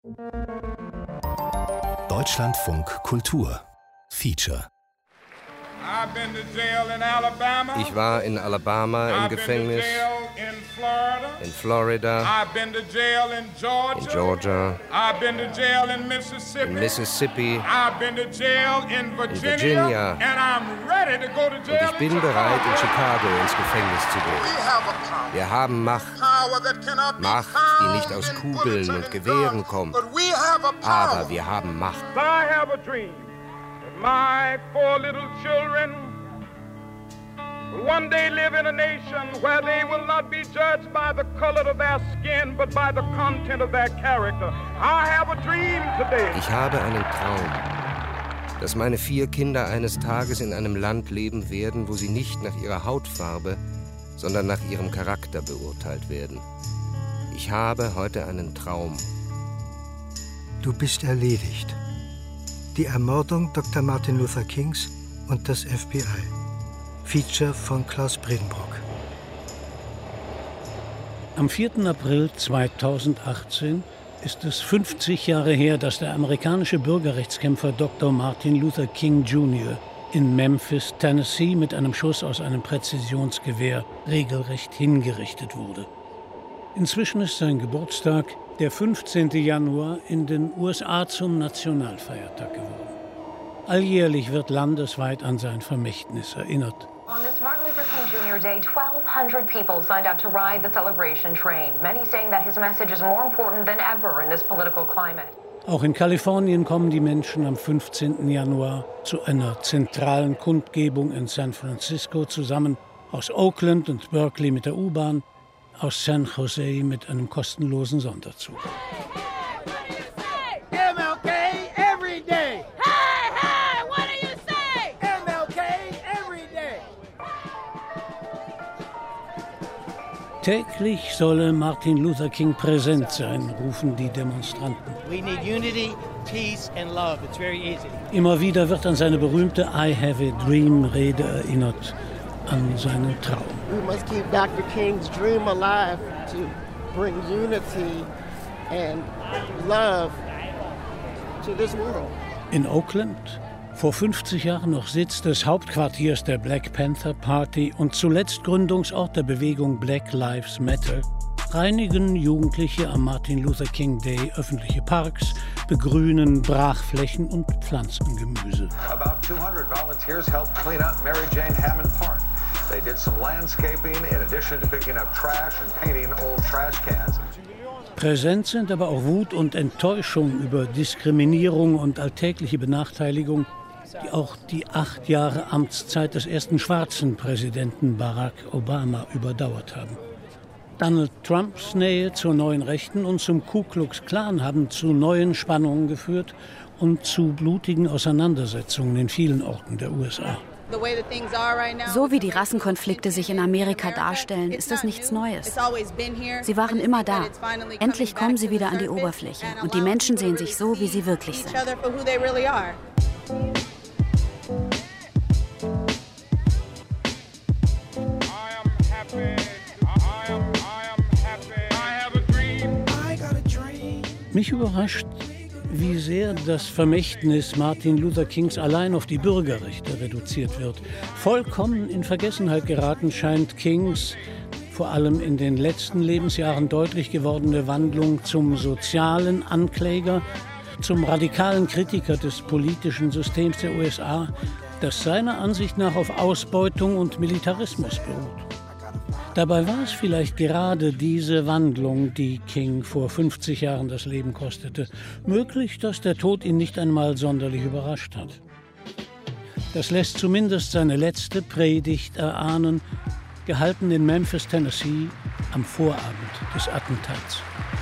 Deutschlandfunk Kultur Feature. Ich war in Alabama im Gefängnis, in Florida, in Georgia, in Mississippi, in Virginia. Und ich bin bereit, in Chicago ins Gefängnis zu gehen. Wir haben Macht. Macht, die nicht aus Kugeln und Gewehren kommt. Aber wir haben Macht. My 4 little children will one day live in a nation where they will not be judged by the color of their skin, but by the content of their character. I have a dream today. Ich habe einen Traum, dass meine 4 Kinder eines Tages in einem Land leben werden, wo sie nicht nach ihrer Hautfarbe, sondern nach ihrem Charakter beurteilt werden. Ich habe heute einen Traum. Du bist erledigt. Die Ermordung Dr. Martin Luther Kings und das FBI. Feature von Klaus Bredenbrock. Am 4. April 2018 ist es 50 Jahre her, dass der amerikanische Bürgerrechtskämpfer Dr. Martin Luther King Jr. in Memphis, Tennessee mit einem Schuss aus einem Präzisionsgewehr regelrecht hingerichtet wurde. Inzwischen ist sein Geburtstag, der 15. Januar, in den USA zum Nationalfeiertag geworden. Alljährlich wird landesweit an sein Vermächtnis erinnert. On this Martin Luther King Jr. Day, 1,200 people signed up to ride the celebration train, many saying that his message is more important than ever in this political climate. Auch in Kalifornien kommen die Menschen am 15. Januar zu einer zentralen Kundgebung in San Francisco zusammen, aus Oakland und Berkeley mit der U-Bahn, aus San Jose mit einem kostenlosen Sonderzug. MLK every day. Hey, hey, what do you say? MLK every day. Täglich solle Martin Luther King präsent sein, rufen die Demonstranten. We need unity, peace and love. It's very easy. Immer wieder wird an seine berühmte I Have a Dream-Rede erinnert, an seinen Traum. We must keep Dr. King's dream alive to bring unity and love to this world. In Oakland, vor 50 Jahren noch Sitz des Hauptquartiers der Black Panther Party und zuletzt Gründungsort der Bewegung Black Lives Matter, reinigen Jugendliche am Martin Luther King Day öffentliche Parks, begrünen Brachflächen und pflanzen Gemüse. About 200 volunteers helped clean up Mary Jane Hammond Park. They did some landscaping in addition to picking up trash and painting old trash cans. Präsent sind aber auch Wut und Enttäuschung über Diskriminierung und alltägliche Benachteiligung, die auch die 8 Jahre Amtszeit des ersten schwarzen Präsidenten Barack Obama überdauert haben. Donald Trumps Nähe zur neuen Wie und zum Ku Klux Klan haben zu neuen Spannungen geführt und zu blutigen Auseinandersetzungen in vielen Orten der USA. So wie die Rassenkonflikte sich in Amerika darstellen, ist das nichts Neues. Sie waren immer da. Endlich kommen sie wieder an die Oberfläche und die Menschen sehen sich so, wie sie wirklich sind. Mich überrascht, wie sehr das Vermächtnis Martin Luther Kings allein auf die Bürgerrechte reduziert wird. Vollkommen in Vergessenheit geraten scheint Kings, vor allem in den letzten Lebensjahren deutlich gewordene Wandlung zum sozialen Ankläger, zum radikalen Kritiker des politischen Systems der USA, das seiner Ansicht nach auf Ausbeutung und Militarismus beruht. Dabei war es vielleicht gerade diese Wandlung, die King vor 50 Jahren das Leben kostete. Möglich, dass der Tod ihn nicht einmal sonderlich überrascht hat. Das lässt zumindest seine letzte Predigt erahnen, gehalten in Memphis, Tennessee, am Vorabend des Attentats.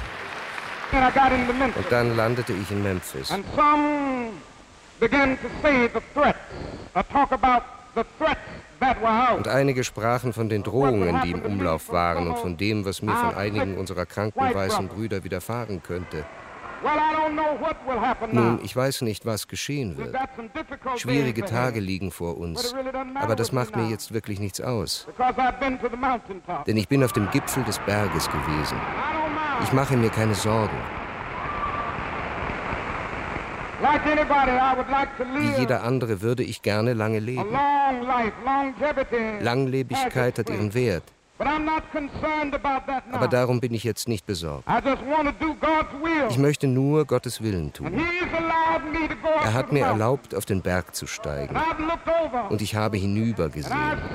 Und dann landete ich in Memphis. And some began to say the threats, talk about the threats. Und einige sprachen von den Drohungen, die im Umlauf waren und von dem, was mir von einigen unserer kranken weißen Brüder widerfahren könnte. Nun, ich weiß nicht, was geschehen wird. Schwierige Tage liegen vor uns, aber das macht mir jetzt wirklich nichts aus. Denn ich bin auf dem Gipfel des Berges gewesen. Ich mache mir keine Sorgen. Wie jeder andere würde ich gerne lange leben. Langlebigkeit hat ihren Wert. Aber darum bin ich jetzt nicht besorgt. Ich möchte nur Gottes Willen tun. Er hat mir erlaubt, auf den Berg zu steigen. Und ich habe hinüber gesehen.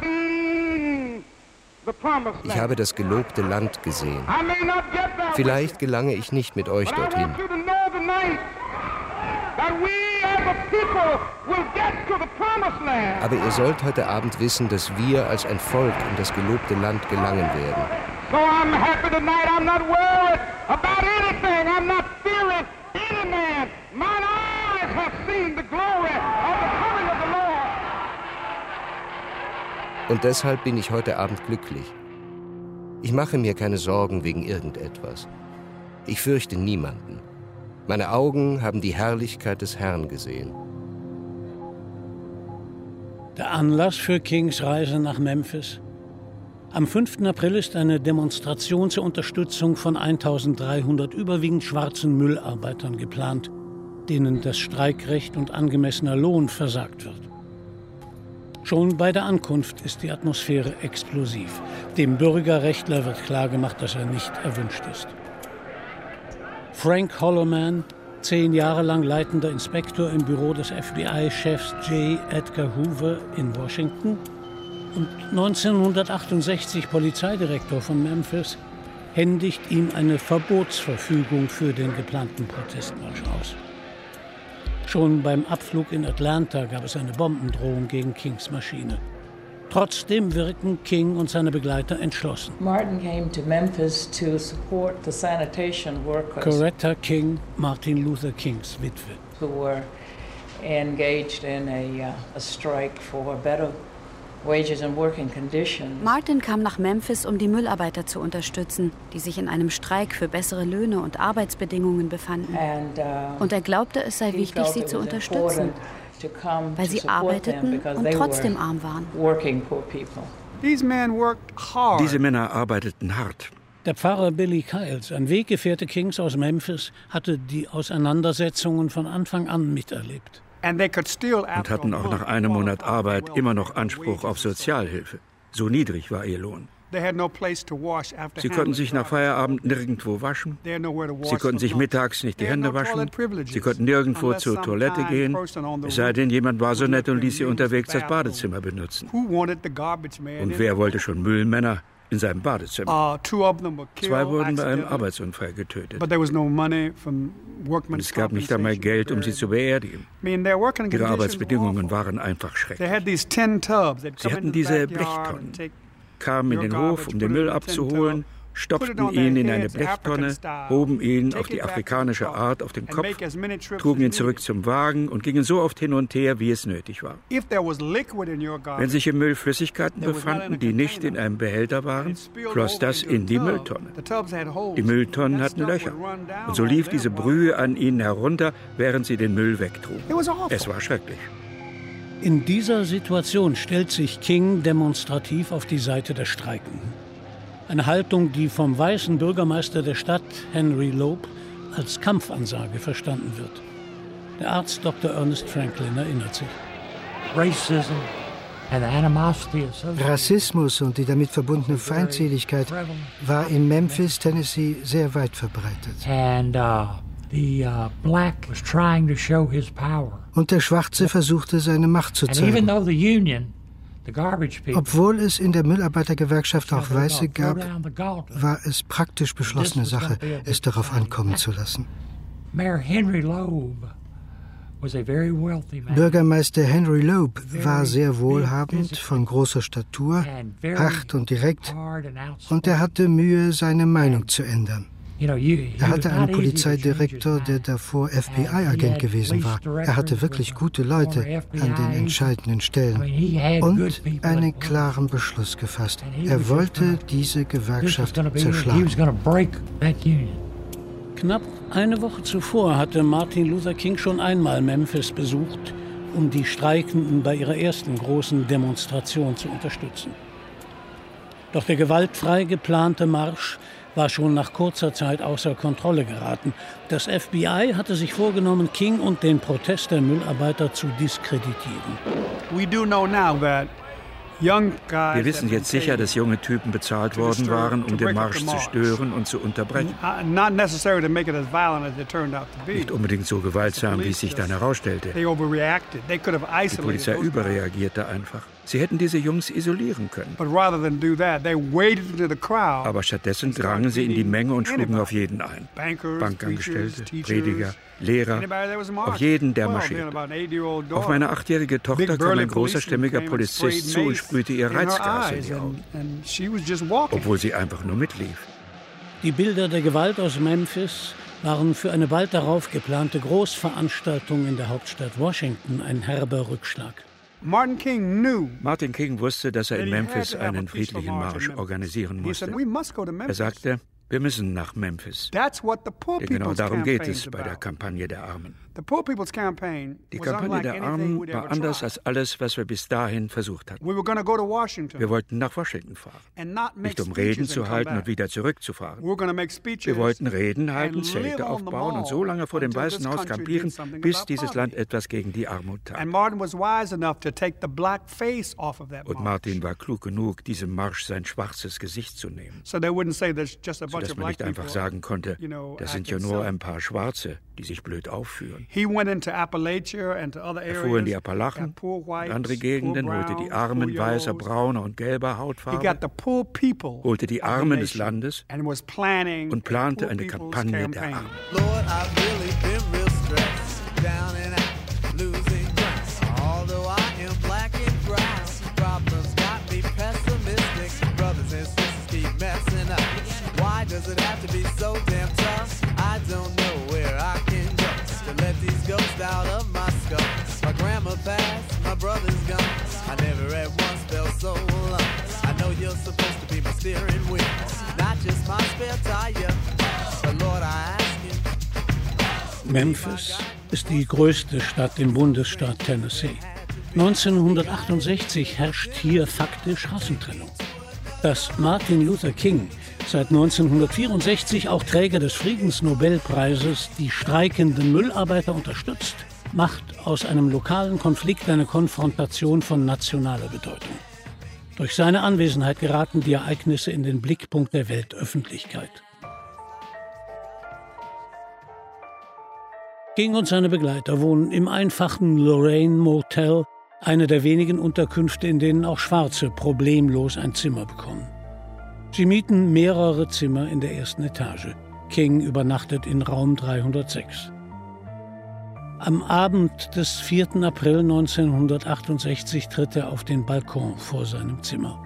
Ich habe das gelobte Land gesehen. Vielleicht gelange ich nicht mit euch dorthin. Aber ihr sollt heute Abend wissen, dass wir als ein Volk in das gelobte Land gelangen werden. So I'm happy tonight. I'm not worried about anything. I'm not fearing any man. Mine eyes have seen the glory of the coming of the Lord. Und deshalb bin ich heute Abend glücklich. Ich mache mir keine Sorgen wegen irgendetwas. Ich fürchte niemanden. Meine Augen haben die Herrlichkeit des Herrn gesehen. Der Anlass für Kings Reise nach Memphis? Am 5. April ist eine Demonstration zur Unterstützung von 1300 überwiegend schwarzen Müllarbeitern geplant, denen das Streikrecht und angemessener Lohn versagt wird. Schon bei der Ankunft ist die Atmosphäre explosiv. Dem Bürgerrechtler wird klargemacht, dass er nicht erwünscht ist. Frank Holloman, 10 Jahre lang leitender Inspektor im Büro des FBI-Chefs J. Edgar Hoover in Washington und 1968 Polizeidirektor von Memphis, händigt ihm eine Verbotsverfügung für den geplanten Protestmarsch aus. Schon beim Abflug in Atlanta gab es eine Bombendrohung gegen Kings Maschine. Trotzdem wirken King und seine Begleiter entschlossen. Martin came to Memphis to support the sanitation workers. Coretta King, Martin Luther Kings Witwe. Who were engaged in a strike for better wages and working conditions. Martin kam nach Memphis, um die Müllarbeiter zu unterstützen, die sich in einem Streik für bessere Löhne und Arbeitsbedingungen befanden. Und er glaubte, es sei wichtig, sie zu unterstützen, weil sie arbeiteten und trotzdem arm waren. Diese Männer arbeiteten hart. Der Pfarrer Billy Kiles, ein Weggefährte Kings aus Memphis, hatte die Auseinandersetzungen von Anfang an miterlebt. Und hatten auch nach einem Monat Arbeit immer noch Anspruch auf Sozialhilfe. So niedrig war ihr Lohn. Sie konnten sich nach Feierabend nirgendwo waschen. Sie konnten sich mittags nicht die Hände waschen. Sie konnten nirgendwo zur Toilette gehen. Es sei denn, jemand war so nett und ließ sie unterwegs das Badezimmer benutzen. Und wer wollte schon Müllmänner in seinem Badezimmer? 2 wurden bei einem Arbeitsunfall getötet. Und es gab nicht einmal Geld, um sie zu beerdigen. Ihre Arbeitsbedingungen waren einfach schrecklich. Sie hatten diese Blechtonnen, kamen in den Hof, um den Müll abzuholen, stopften ihn in eine Blechtonne, hoben ihn auf die afrikanische Art auf den Kopf, trugen ihn zurück zum Wagen und gingen so oft hin und her, wie es nötig war. Wenn sich im Müll Flüssigkeiten befanden, die nicht in einem Behälter waren, floss das in die Mülltonne. Die Mülltonnen hatten Löcher. Und so lief diese Brühe an ihnen herunter, während sie den Müll wegtrugen. Es war schrecklich. In dieser Situation stellt sich King demonstrativ auf die Seite der Streikenden. Eine Haltung, die vom weißen Bürgermeister der Stadt, Henry Loeb, als Kampfansage verstanden wird. Der Arzt Dr. Ernest Franklin erinnert sich. Rassismus und die damit verbundene Feindseligkeit war in Memphis, Tennessee, sehr weit verbreitet. Und der Schwarze versuchte, seine Macht zu zeigen. Obwohl es in der Müllarbeitergewerkschaft auch Weiße gab, war es praktisch beschlossene Sache, es darauf ankommen zu lassen. Bürgermeister Henry Loeb war sehr wohlhabend, von großer Statur, hart und direkt, und er hatte Mühe, seine Meinung zu ändern. Er hatte einen Polizeidirektor, der davor FBI-Agent gewesen war. Er hatte wirklich gute Leute an den entscheidenden Stellen und einen klaren Beschluss gefasst. Er wollte diese Gewerkschaft zerschlagen. Knapp eine Woche zuvor hatte Martin Luther King schon einmal Memphis besucht, um die Streikenden bei ihrer ersten großen Demonstration zu unterstützen. Doch der gewaltfrei geplante Marsch war schon nach kurzer Zeit außer Kontrolle geraten. Das FBI hatte sich vorgenommen, King und den Protest der Müllarbeiter zu diskreditieren. Wir wissen jetzt sicher, dass junge Typen bezahlt worden waren, um den Marsch zu stören und zu unterbrechen. Nicht unbedingt so gewaltsam, wie es sich dann herausstellte. Die Polizei überreagierte einfach. Sie hätten diese Jungs isolieren können. Aber stattdessen drangen sie in die Menge und schlugen auf jeden ein. Bankangestellte, Prediger, Lehrer, auf jeden, der marschierte. Auf meine 8-jährige Tochter kam ein großer, stämmiger Polizist zu und sprühte ihr Reizgas in die Augen, obwohl sie einfach nur mitlief. Die Bilder der Gewalt aus Memphis waren für eine bald darauf geplante Großveranstaltung in der Hauptstadt Washington ein herber Rückschlag. Martin King wusste, dass er in Memphis einen friedlichen Marsch organisieren musste. Er sagte, wir müssen nach Memphis. Denn genau darum geht es bei der Kampagne der Armen. Die Kampagne der Armen war anders als alles, was wir bis dahin versucht hatten. Wir wollten nach Washington fahren, nicht um Reden zu halten und wieder zurückzufahren. Wir wollten Reden halten, Zelte aufbauen und so lange vor dem Weißen Haus kampieren, bis dieses Land etwas gegen die Armut tat. Und Martin war klug genug, diesem Marsch sein schwarzes Gesicht zu nehmen, sodass man nicht einfach sagen konnte, das sind ja nur ein paar Schwarze, die sich blöd aufführen. Er fuhr in die Appalachen und andere Gegenden, holte die Armen weißer, brauner und gelber Hautfarbe, holte die Armen des Landes und plante eine Kampagne der Armen. Does it have to be so damn tough? I don't know where I can go to let these ghosts out of my skull. My grandma passed, my brother's gone. I never at once felt so alone. I know you're supposed to be my steering wheel, not just my spare tire. But Lord, I ask you. Memphis ist die größte Stadt im Bundesstaat Tennessee. 1968 herrscht hier faktisch Rassentrennung. Dass Martin Luther King, seit 1964 auch Träger des Friedensnobelpreises, die streikenden Müllarbeiter unterstützt, macht aus einem lokalen Konflikt eine Konfrontation von nationaler Bedeutung. Durch seine Anwesenheit geraten die Ereignisse in den Blickpunkt der Weltöffentlichkeit. King und seine Begleiter wohnen im einfachen Lorraine Motel, eine der wenigen Unterkünfte, in denen auch Schwarze problemlos ein Zimmer bekommen. Sie mieten mehrere Zimmer in der ersten Etage. King übernachtet in Raum 306. Am Abend des 4. April 1968 tritt er auf den Balkon vor seinem Zimmer.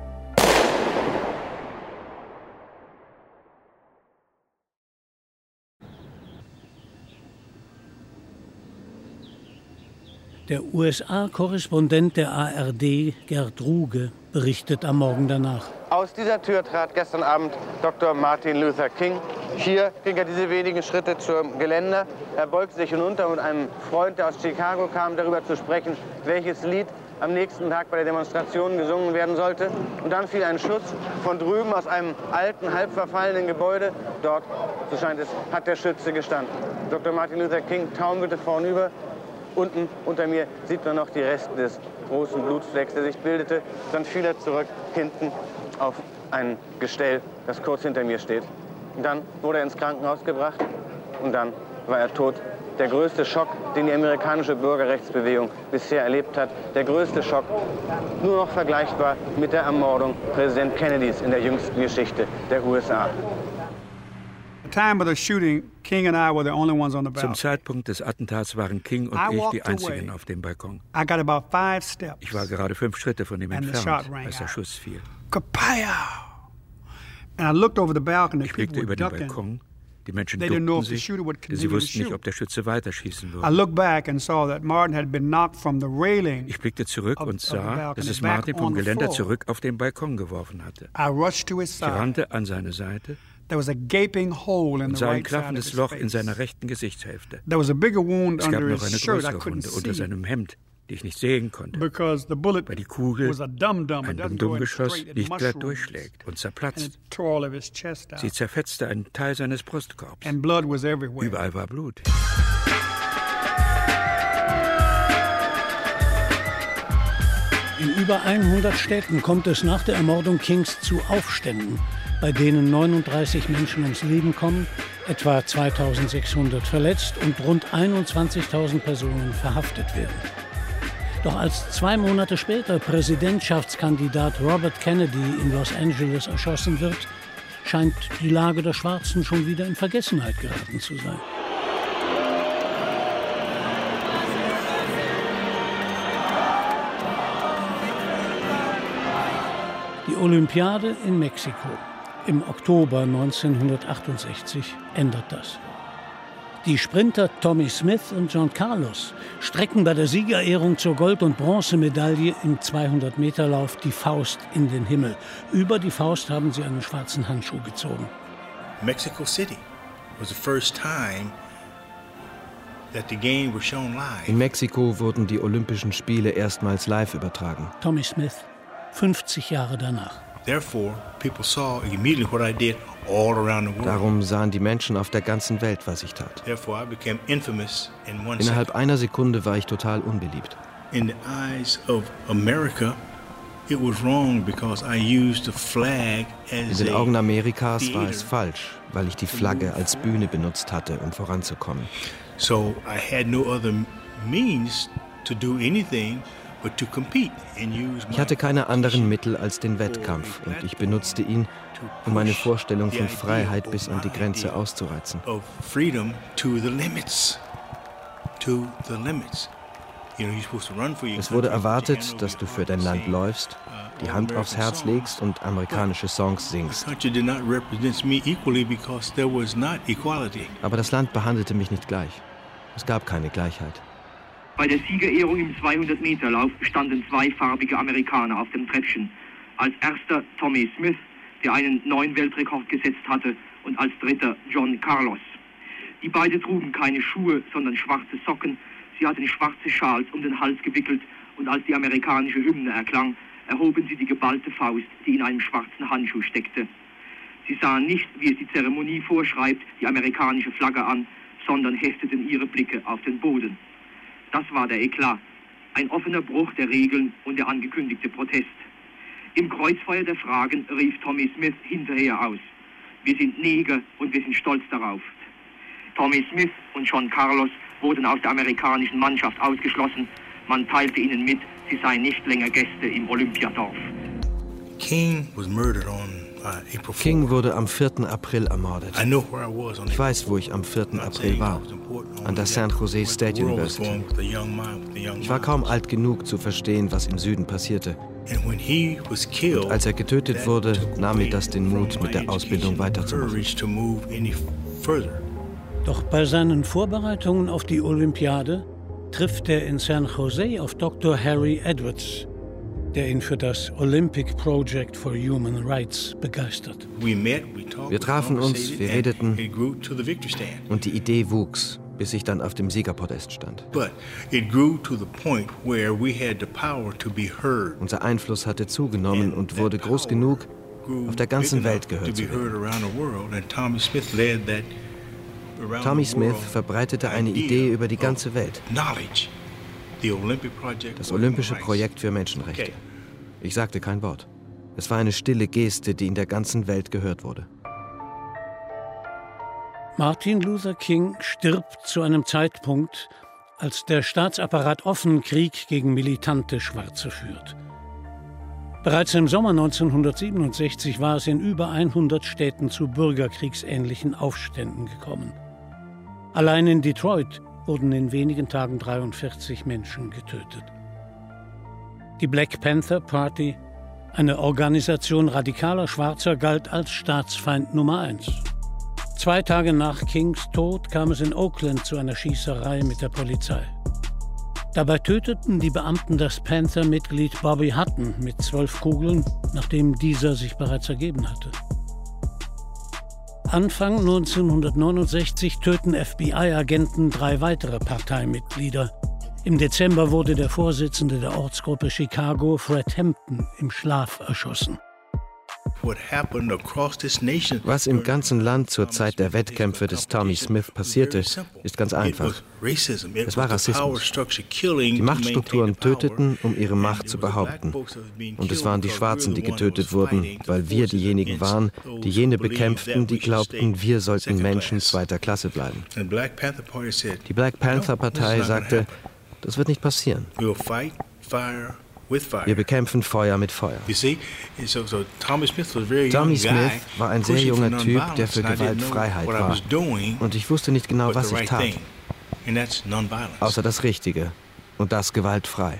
Der USA-Korrespondent der ARD, Gerd Ruge, berichtet am Morgen danach. Aus dieser Tür trat gestern Abend Dr. Martin Luther King. Hier ging er diese wenigen Schritte zum Geländer. Er beugte sich hinunter und mit einem Freund, der aus Chicago kam, darüber zu sprechen, welches Lied am nächsten Tag bei der Demonstration gesungen werden sollte. Und dann fiel ein Schuss von drüben aus einem alten, halb verfallenen Gebäude. Dort, so scheint es, hat der Schütze gestanden. Dr. Martin Luther King taumelte vornüber. Unten unter mir sieht man noch die Reste des großen Blutflecks, der sich bildete. Dann fiel er zurück hinten auf ein Gestell, das kurz hinter mir steht. Und dann wurde er ins Krankenhaus gebracht und dann war er tot. Der größte Schock, den die amerikanische Bürgerrechtsbewegung bisher erlebt hat. Der größte Schock, nur noch vergleichbar mit der Ermordung Präsident Kennedys in der jüngsten Geschichte der USA. Zum Zeitpunkt des Attentats waren King und ich die Einzigen auf dem Balkon. Ich war gerade 5 Schritte von ihm entfernt, als der Schuss fiel. Ich blickte über den Balkon. Die Menschen duckten sich, denn sie wussten nicht, ob der Schütze weiterschießen würde. Ich blickte zurück und sah, dass es Martin vom Geländer zurück auf den Balkon geworfen hatte. Ich rannte an seine Seite und sah ein klaffendes Loch in seiner rechten Gesichtshälfte. Es gab noch eine größere Wunde unter seinem Hemd, die ich nicht sehen konnte, weil die Kugel, ein Dumm-Dumm-Geschoss, nicht glatt durchschlägt und zerplatzt. Sie zerfetzte einen Teil seines Brustkorbs. Überall war Blut. In über 100 Städten kommt es nach der Ermordung Kings zu Aufständen, bei denen 39 Menschen ums Leben kommen, etwa 2600 verletzt und rund 21.000 Personen verhaftet werden. Doch als 2 Monate später Präsidentschaftskandidat Robert Kennedy in Los Angeles erschossen wird, scheint die Lage der Schwarzen schon wieder in Vergessenheit geraten zu sein. Die Olympiade in Mexiko im Oktober 1968 ändert das. Die Sprinter Tommie Smith und John Carlos strecken bei der Siegerehrung zur Gold- und Bronzemedaille im 200-Meter-Lauf die Faust in den Himmel. Über die Faust haben sie einen schwarzen Handschuh gezogen. Mexico City was the first time that the game was shown live. In Mexiko wurden die Olympischen Spiele erstmals live übertragen. Tommie Smith, 50 Jahre danach. Darum sahen die Menschen auf der ganzen Welt, was ich tat. Innerhalb einer Sekunde war ich total unbeliebt. In den Augen Amerikas war es falsch, weil ich die Flagge als Bühne benutzt hatte, um voranzukommen. So I had no other means to do anything. Ich hatte keine anderen Mittel als den Wettkampf und ich benutzte ihn, um meine Vorstellung von Freiheit bis an die Grenze auszureizen. Es wurde erwartet, dass du für dein Land läufst, die Hand aufs Herz legst und amerikanische Songs singst. Aber das Land behandelte mich nicht gleich. Es gab keine Gleichheit. Bei der Siegerehrung im 200-Meter-Lauf standen 2 farbige Amerikaner auf dem Treppchen. Als erster Tommie Smith, der einen neuen Weltrekord gesetzt hatte, und als dritter John Carlos. Die beiden trugen keine Schuhe, sondern schwarze Socken. Sie hatten schwarze Schals um den Hals gewickelt und als die amerikanische Hymne erklang, erhoben sie die geballte Faust, die in einem schwarzen Handschuh steckte. Sie sahen nicht, wie es die Zeremonie vorschreibt, die amerikanische Flagge an, sondern hefteten ihre Blicke auf den Boden. Das war der Eklat, ein offener Bruch der Regeln und der angekündigte Protest. Im Kreuzfeuer der Fragen rief Tommie Smith hinterher aus: Wir sind Neger und wir sind stolz darauf. Tommie Smith und John Carlos wurden aus der amerikanischen Mannschaft ausgeschlossen. Man teilte ihnen mit, sie seien nicht länger Gäste im Olympiadorf. King wurde am 4. April ermordet. Ich weiß, wo ich am 4. April war, an der San Jose State University. Ich war kaum alt genug zu verstehen, was im Süden passierte. Und als er getötet wurde, nahm mir das den Mut, mit der Ausbildung weiterzumachen. Doch bei seinen Vorbereitungen auf die Olympiade trifft er in San Jose auf Dr. Harry Edwards, der ihn für das Olympic Project for Human Rights begeistert. Wir trafen uns, wir redeten und die Idee wuchs, bis ich dann auf dem Siegerpodest stand. Unser Einfluss hatte zugenommen und wurde groß genug, auf der ganzen Welt gehört zu werden. Tommie Smith verbreitete eine Idee über die ganze Welt. Das Olympische Projekt für Menschenrechte. Ich sagte kein Wort. Es war eine stille Geste, die in der ganzen Welt gehört wurde. Martin Luther King stirbt zu einem Zeitpunkt, als der Staatsapparat offen Krieg gegen militante Schwarze führt. Bereits im Sommer 1967 war es in über 100 Städten zu bürgerkriegsähnlichen Aufständen gekommen. Allein in Detroit wurden in wenigen Tagen 43 Menschen getötet. Die Black Panther Party, eine Organisation radikaler Schwarzer, galt als Staatsfeind Nummer 1. 2 Tage nach Kings Tod kam es in Oakland zu einer Schießerei mit der Polizei. Dabei töteten die Beamten das Panther-Mitglied Bobby Hutton mit 12 Kugeln, nachdem dieser sich bereits ergeben hatte. Anfang 1969 töten FBI-Agenten 3 weitere Parteimitglieder. Im Dezember wurde der Vorsitzende der Ortsgruppe Chicago, Fred Hampton, im Schlaf erschossen. Was im ganzen Land zur Zeit der Wettkämpfe des Tommy Smith passierte, ist ganz einfach. Es war Rassismus. Die Machtstrukturen töteten, um ihre Macht zu behaupten. Und es waren die Schwarzen, die getötet wurden, weil wir diejenigen waren, die jene bekämpften, die glaubten, wir sollten Menschen zweiter Klasse bleiben. Die Black Panther Partei sagte, das wird nicht passieren. Wir bekämpfen Feuer mit Feuer. Tommy Smith war ein sehr junger Typ, der für Gewaltfreiheit war. Und ich wusste nicht genau, was ich tat. Außer das Richtige. Und das gewaltfrei.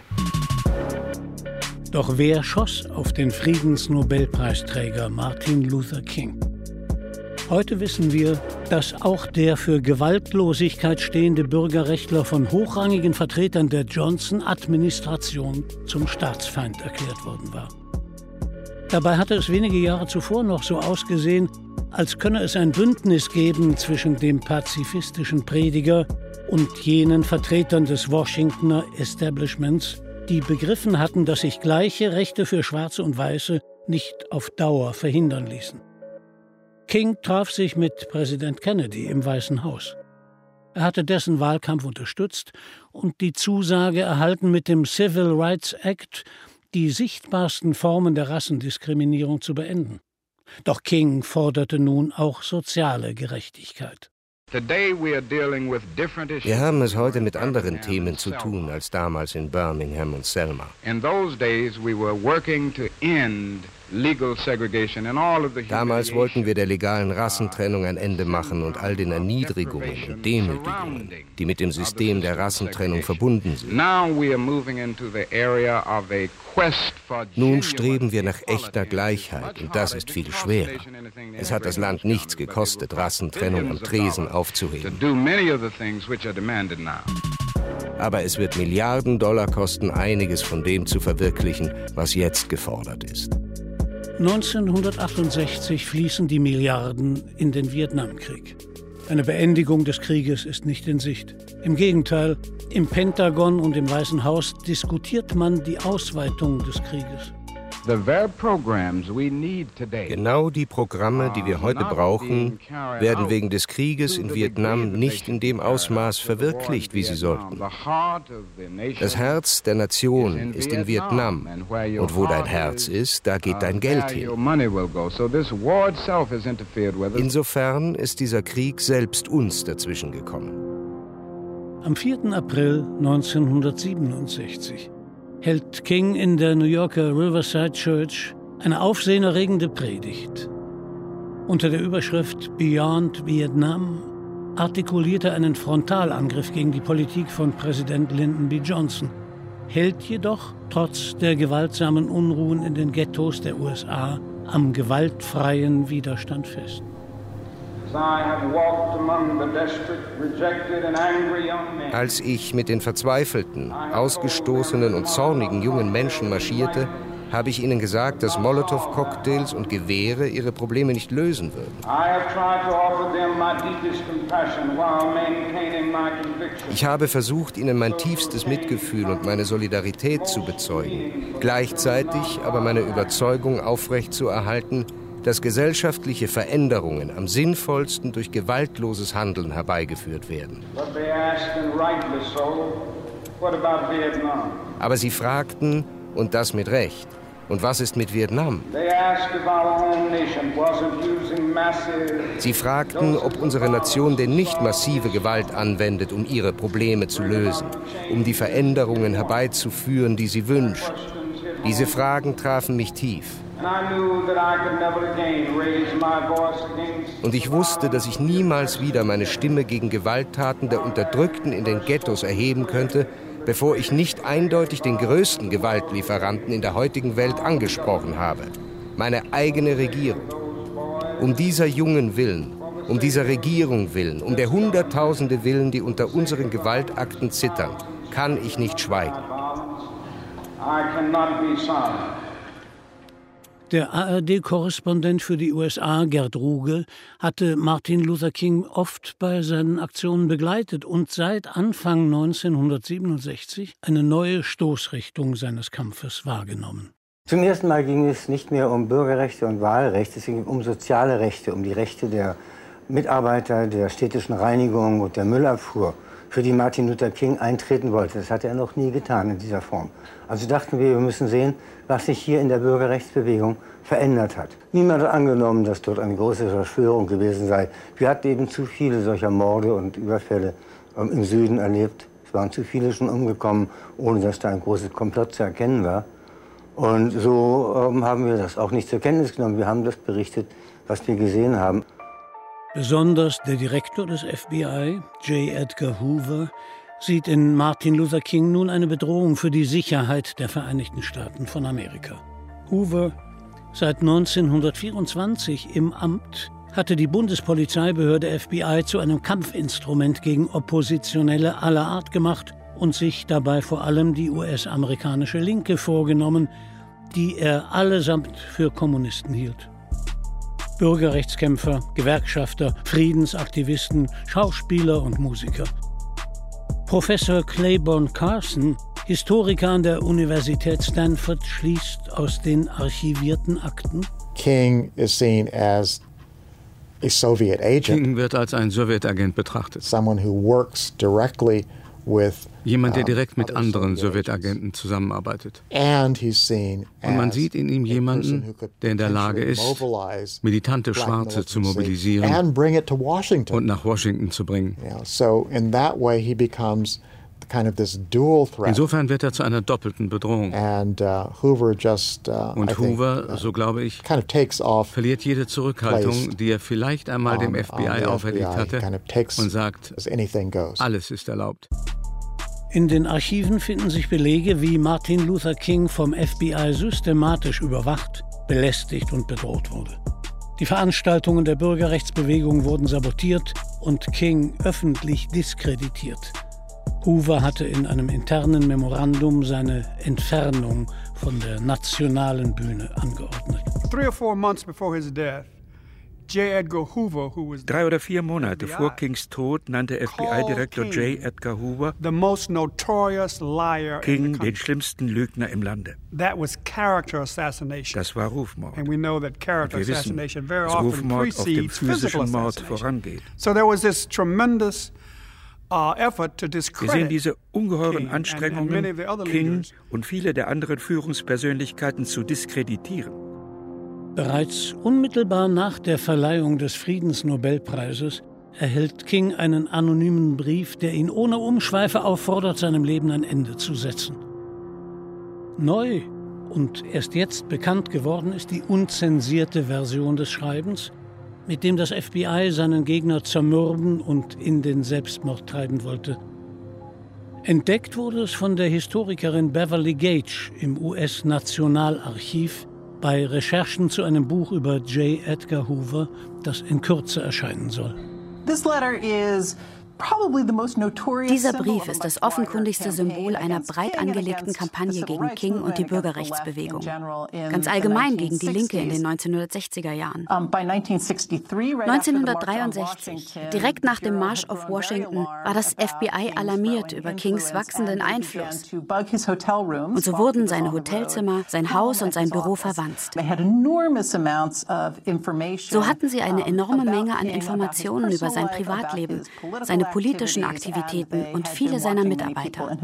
Doch wer schoss auf den Friedensnobelpreisträger Martin Luther King? Heute wissen wir, dass auch der für Gewaltlosigkeit stehende Bürgerrechtler von hochrangigen Vertretern der Johnson-Administration zum Staatsfeind erklärt worden war. Dabei hatte es wenige Jahre zuvor noch so ausgesehen, als könne es ein Bündnis geben zwischen dem pazifistischen Prediger und jenen Vertretern des Washingtoner Establishments, die begriffen hatten, dass sich gleiche Rechte für Schwarze und Weiße nicht auf Dauer verhindern ließen. King traf sich mit Präsident Kennedy im Weißen Haus. Er hatte dessen Wahlkampf unterstützt und die Zusage erhalten, mit dem Civil Rights Act die sichtbarsten Formen der Rassendiskriminierung zu beenden. Doch King forderte nun auch soziale Gerechtigkeit. Wir haben es heute mit anderen Themen zu tun als damals in Birmingham und Selma. Damals wollten wir der legalen Rassentrennung ein Ende machen und all den Erniedrigungen und Demütigungen, die mit dem System der Rassentrennung verbunden sind. Nun streben wir nach echter Gleichheit und das ist viel schwerer. Es hat das Land nichts gekostet, Rassentrennung am Tresen aufzuheben. Aber es wird Milliarden Dollar kosten, einiges von dem zu verwirklichen, was jetzt gefordert ist. 1968 fließen die Milliarden in den Vietnamkrieg. Eine Beendigung des Krieges ist nicht in Sicht. Im Gegenteil, im Pentagon und im Weißen Haus diskutiert man die Ausweitung des Krieges. Genau die Programme, die wir heute brauchen, werden wegen des Krieges in Vietnam nicht in dem Ausmaß verwirklicht, wie sie sollten. Das Herz der Nation ist in Vietnam. Und wo dein Herz ist, da geht dein Geld hin. Insofern ist dieser Krieg selbst uns dazwischen gekommen. Am 4. April 1967 hält King in der New Yorker Riverside Church eine aufsehenerregende Predigt. Unter der Überschrift Beyond Vietnam artikuliert er einen Frontalangriff gegen die Politik von Präsident Lyndon B. Johnson, hält jedoch trotz der gewaltsamen Unruhen in den Ghettos der USA am gewaltfreien Widerstand fest. Als ich mit den verzweifelten, ausgestoßenen und zornigen jungen Menschen marschierte, habe ich ihnen gesagt, dass Molotow-Cocktails und Gewehre ihre Probleme nicht lösen würden. Ich habe versucht, ihnen mein tiefstes Mitgefühl und meine Solidarität zu bezeugen, gleichzeitig aber meine Überzeugung aufrechtzuerhalten, dass gesellschaftliche Veränderungen am sinnvollsten durch gewaltloses Handeln herbeigeführt werden. Aber sie fragten, und das mit Recht, und was ist mit Vietnam? Sie fragten, ob unsere Nation denn nicht massive Gewalt anwendet, um ihre Probleme zu lösen, um die Veränderungen herbeizuführen, die sie wünscht. Diese Fragen trafen mich tief. Und ich wusste, dass ich niemals wieder meine Stimme gegen Gewalttaten der Unterdrückten in den Ghettos erheben könnte, bevor ich nicht eindeutig den größten Gewaltlieferanten in der heutigen Welt angesprochen habe: meine eigene Regierung. Um dieser Jungen willen, um dieser Regierung willen, um der Hunderttausende willen, die unter unseren Gewaltakten zittern, kann ich nicht schweigen. Der ARD-Korrespondent für die USA, Gerd Ruge, hatte Martin Luther King oft bei seinen Aktionen begleitet und seit Anfang 1967 eine neue Stoßrichtung seines Kampfes wahrgenommen. Zum ersten Mal ging es nicht mehr um Bürgerrechte und Wahlrechte, es ging um soziale Rechte, um die Rechte der Mitarbeiter der städtischen Reinigung und der Müllabfuhr, für die Martin Luther King eintreten wollte. Das hat er noch nie getan in dieser Form. Also dachten wir müssen sehen, was sich hier in der Bürgerrechtsbewegung verändert hat. Niemand hat angenommen, dass dort eine große Verschwörung gewesen sei. Wir hatten eben zu viele solcher Morde und Überfälle im Süden erlebt. Es waren zu viele schon umgekommen, ohne dass da ein großes Komplott zu erkennen war. Und so haben wir das auch nicht zur Kenntnis genommen. Wir haben das berichtet, was wir gesehen haben. Besonders der Direktor des FBI, J. Edgar Hoover, sieht in Martin Luther King nun eine Bedrohung für die Sicherheit der Vereinigten Staaten von Amerika. Hoover, seit 1924 im Amt, hatte die Bundespolizeibehörde FBI zu einem Kampfinstrument gegen Oppositionelle aller Art gemacht und sich dabei vor allem die US-amerikanische Linke vorgenommen, die er allesamt für Kommunisten hielt. Bürgerrechtskämpfer, Gewerkschafter, Friedensaktivisten, Schauspieler und Musiker. Professor Claiborne Carson, Historiker an der Universität Stanford, schließt aus den archivierten Akten: King is seen as a Soviet agent. King wird als ein Sowjetagent betrachtet. Someone who works directly with jemand, der direkt mit anderen Sowjetagenten zusammenarbeitet. Und man sieht in ihm jemanden, der in der Lage ist, militante Schwarze zu mobilisieren und nach Washington zu bringen. Insofern wird er zu einer doppelten Bedrohung. Und Hoover, so glaube ich, verliert jede Zurückhaltung, die er vielleicht einmal dem FBI auferlegt hatte, und sagt, alles ist erlaubt. In den Archiven finden sich Belege, wie Martin Luther King vom FBI systematisch überwacht, belästigt und bedroht wurde. Die Veranstaltungen der Bürgerrechtsbewegung wurden sabotiert und King öffentlich diskreditiert. Hoover hatte in einem internen Memorandum seine Entfernung von der nationalen Bühne angeordnet. 3 or 4 months before his death, J. Edgar Hoover, who was 3 oder 4 Monate vor Kings Tod nannte FBI-Direktor J. Edgar Hoover King den schlimmsten Lügner im Lande. Das war Rufmord. Und wir wissen, dass Rufmord auf dem physischen Mord vorangeht. Wir sehen diese ungeheuren Anstrengungen, King und viele der anderen Führungspersönlichkeiten zu diskreditieren. Bereits unmittelbar nach der Verleihung des Friedensnobelpreises erhält King einen anonymen Brief, der ihn ohne Umschweife auffordert, seinem Leben ein Ende zu setzen. Neu und erst jetzt bekannt geworden ist die unzensierte Version des Schreibens, mit dem das FBI seinen Gegner zermürben und in den Selbstmord treiben wollte. Entdeckt wurde es von der Historikerin Beverly Gage im US-Nationalarchiv bei Recherchen zu einem Buch über J. Edgar Hoover, das in Kürze erscheinen soll. Dieser Brief ist das offenkundigste Symbol einer breit angelegten Kampagne gegen King und die Bürgerrechtsbewegung. Ganz allgemein gegen die Linke in den 1960er Jahren. 1963, direkt nach dem Marsch auf Washington, war das FBI alarmiert über Kings wachsenden Einfluss. Und so wurden seine Hotelzimmer, sein Haus und sein Büro verwanzt. So hatten sie eine enorme Menge an Informationen über sein Privatleben, seine politischen Aktivitäten und viele seiner Mitarbeiter.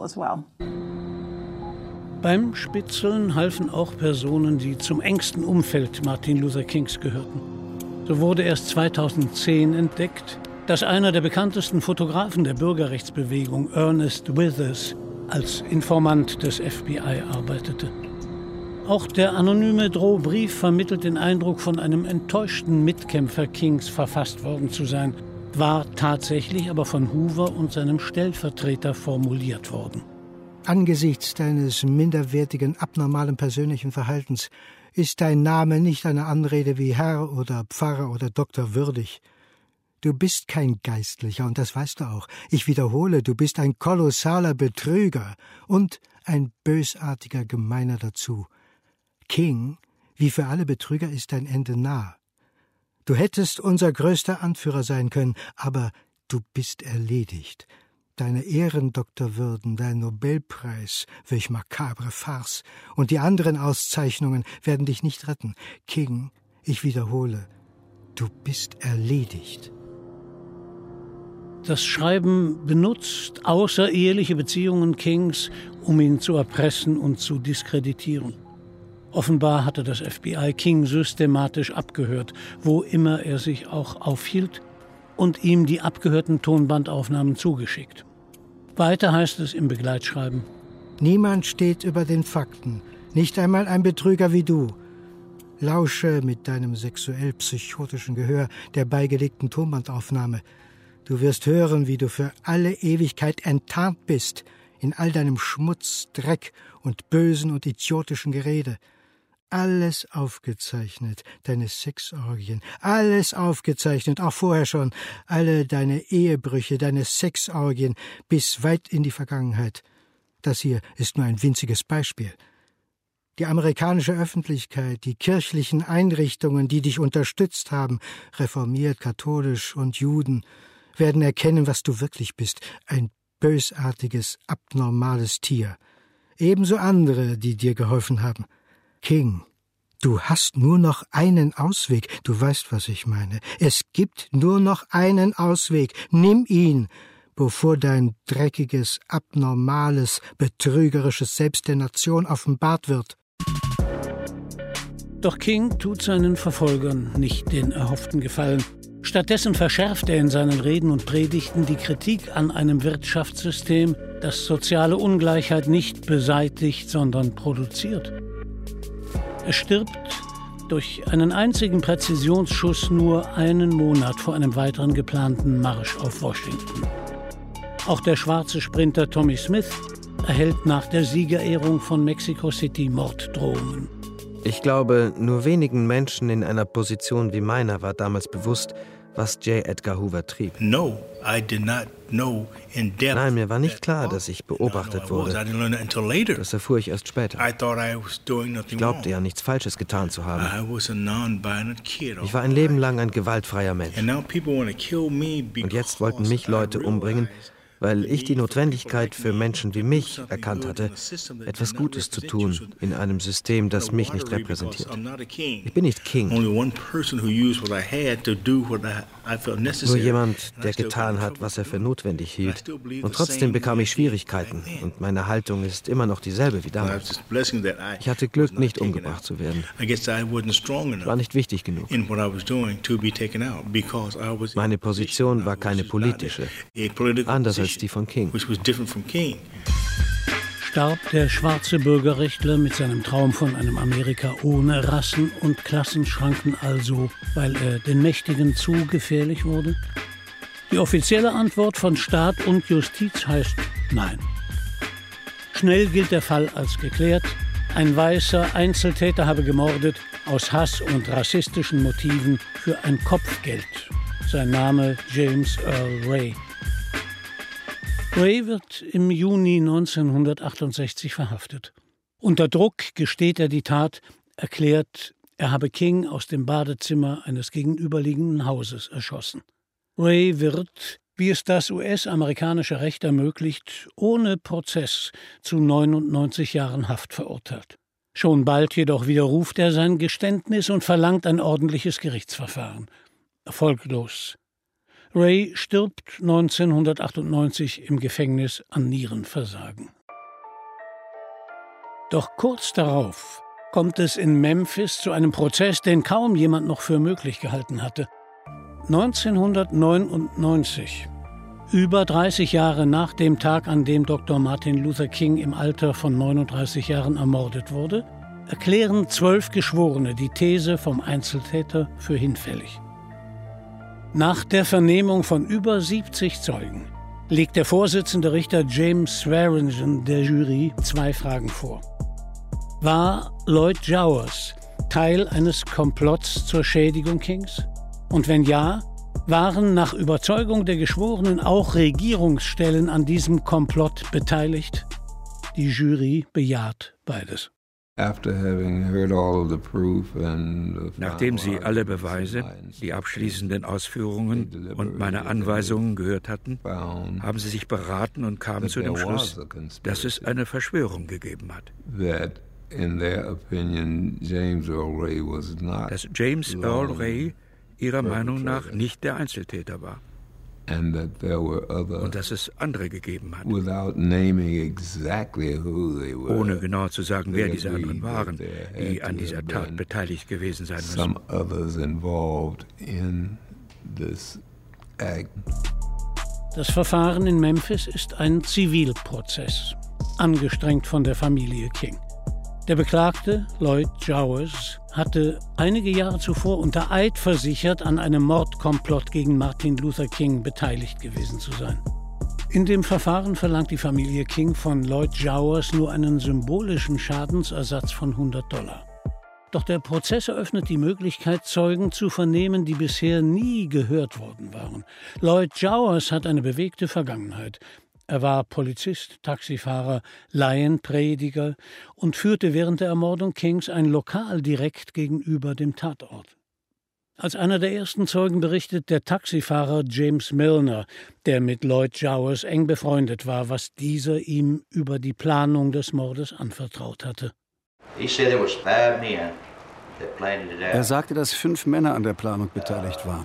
Beim Spitzeln halfen auch Personen, die zum engsten Umfeld Martin Luther Kings gehörten. So wurde erst 2010 entdeckt, dass einer der bekanntesten Fotografen der Bürgerrechtsbewegung, Ernest Withers, als Informant des FBI arbeitete. Auch der anonyme Drohbrief vermittelt den Eindruck, von einem enttäuschten Mitkämpfer Kings verfasst worden zu sein, war tatsächlich aber von Hoover und seinem Stellvertreter formuliert worden. Angesichts deines minderwertigen, abnormalen persönlichen Verhaltens ist dein Name nicht eine Anrede wie Herr oder Pfarrer oder Doktor würdig. Du bist kein Geistlicher und das weißt du auch. Ich wiederhole, du bist ein kolossaler Betrüger und ein bösartiger Gemeiner dazu. King Wie für alle Betrüger ist dein Ende nah. Du hättest unser größter Anführer sein können, aber du bist erledigt. Deine Ehrendoktorwürden, dein Nobelpreis, welch makabre Farce, und die anderen Auszeichnungen werden dich nicht retten. King, ich wiederhole, du bist erledigt. Das Schreiben benutzt außereheliche Beziehungen Kings, um ihn zu erpressen und zu diskreditieren. Offenbar hatte das FBI King systematisch abgehört, wo immer er sich auch aufhielt, und ihm die abgehörten Tonbandaufnahmen zugeschickt. Weiter heißt es im Begleitschreiben: Niemand steht über den Fakten, nicht einmal ein Betrüger wie du. Lausche mit deinem sexuell-psychotischen Gehör der beigelegten Tonbandaufnahme. Du wirst hören, wie du für alle Ewigkeit enttarnt bist, in all deinem Schmutz, Dreck und bösen und idiotischen Gerede. Alles aufgezeichnet, deine Sexorgien, alles aufgezeichnet, auch vorher schon, alle deine Ehebrüche, deine Sexorgien, bis weit in die Vergangenheit. Das hier ist nur ein winziges Beispiel. Die amerikanische Öffentlichkeit, die kirchlichen Einrichtungen, die dich unterstützt haben, reformiert, katholisch und Juden, werden erkennen, was du wirklich bist, ein bösartiges, abnormales Tier. Ebenso andere, die dir geholfen haben. King, du hast nur noch einen Ausweg. Du weißt, was ich meine. Es gibt nur noch einen Ausweg. Nimm ihn, bevor dein dreckiges, abnormales, betrügerisches Selbst der Nation offenbart wird. Doch King tut seinen Verfolgern nicht den erhofften Gefallen. Stattdessen verschärft er in seinen Reden und Predigten die Kritik an einem Wirtschaftssystem, das soziale Ungleichheit nicht beseitigt, sondern produziert. Er stirbt durch einen einzigen Präzisionsschuss nur einen Monat vor einem weiteren geplanten Marsch auf Washington. Auch der schwarze Sprinter Tommy Smith erhält nach der Siegerehrung von Mexico City Morddrohungen. Ich glaube, nur wenigen Menschen in einer Position wie meiner war damals bewusst, was J. Edgar Hoover trieb. Nein, mir war nicht klar, dass ich beobachtet wurde. Das erfuhr ich erst später. Ich glaubte ja, nichts Falsches getan zu haben. Ich war ein Leben lang ein gewaltfreier Mensch. Und jetzt wollten mich Leute umbringen, weil ich die Notwendigkeit für Menschen wie mich erkannt hatte, etwas Gutes zu tun in einem System, das mich nicht repräsentiert. Ich bin nicht King. Nur jemand, der getan hat, was er für notwendig hielt. Und trotzdem bekam ich Schwierigkeiten und meine Haltung ist immer noch dieselbe wie damals. Ich hatte Glück, nicht umgebracht zu werden. Ich war nicht wichtig genug. Meine Position war keine politische. Anders als die von King. Starb der schwarze Bürgerrechtler mit seinem Traum von einem Amerika ohne Rassen- und Klassenschranken also, weil er den Mächtigen zu gefährlich wurde? Die offizielle Antwort von Staat und Justiz heißt nein. Schnell gilt der Fall als geklärt. Ein weißer Einzeltäter habe gemordet aus Hass und rassistischen Motiven für ein Kopfgeld. Sein Name James Earl Ray. Ray wird im Juni 1968 verhaftet. Unter Druck gesteht er die Tat, erklärt, er habe King aus dem Badezimmer eines gegenüberliegenden Hauses erschossen. Ray wird, wie es das US-amerikanische Recht ermöglicht, ohne Prozess zu 99 Jahren Haft verurteilt. Schon bald jedoch widerruft er sein Geständnis und verlangt ein ordentliches Gerichtsverfahren. Erfolglos. Ray stirbt 1998 im Gefängnis an Nierenversagen. Doch kurz darauf kommt es in Memphis zu einem Prozess, den kaum jemand noch für möglich gehalten hatte. 1999, über 30 Jahre nach dem Tag, an dem Dr. Martin Luther King im Alter von 39 Jahren ermordet wurde, erklären 12 Geschworene die These vom Einzeltäter für hinfällig. Nach der Vernehmung von über 70 Zeugen legt der Vorsitzende Richter James Swearingen der Jury 2 Fragen vor. War Lloyd Jowers Teil eines Komplotts zur Schädigung Kings? Und wenn ja, waren nach Überzeugung der Geschworenen auch Regierungsstellen an diesem Komplott beteiligt? Die Jury bejaht beides. Nachdem sie alle Beweise, die abschließenden Ausführungen und meine Anweisungen gehört hatten, haben sie sich beraten und kamen zu dem Schluss, dass es eine Verschwörung gegeben hat. Dass James Earl Ray ihrer Meinung nach nicht der Einzeltäter war. Und dass es andere gegeben hat. Ohne genau zu sagen, wer diese anderen waren, die an dieser Tat beteiligt gewesen sein müssen. Das Verfahren in Memphis ist ein Zivilprozess, angestrengt von der Familie King. Der Beklagte, Lloyd Jowers, hatte einige Jahre zuvor unter Eid versichert, an einem Mordkomplott gegen Martin Luther King beteiligt gewesen zu sein. In dem Verfahren verlangt die Familie King von Lloyd Jowers nur einen symbolischen Schadensersatz von $100. Doch der Prozess eröffnet die Möglichkeit, Zeugen zu vernehmen, die bisher nie gehört worden waren. Lloyd Jowers hat eine bewegte Vergangenheit. Er war Polizist, Taxifahrer, Laienprediger und führte während der Ermordung Kings ein Lokal direkt gegenüber dem Tatort. Als einer der ersten Zeugen berichtet der Taxifahrer James Milner, der mit Lloyd Jowers eng befreundet war, was dieser ihm über die Planung des Mordes anvertraut hatte. Er sagte, dass 5 Männer an der Planung beteiligt waren.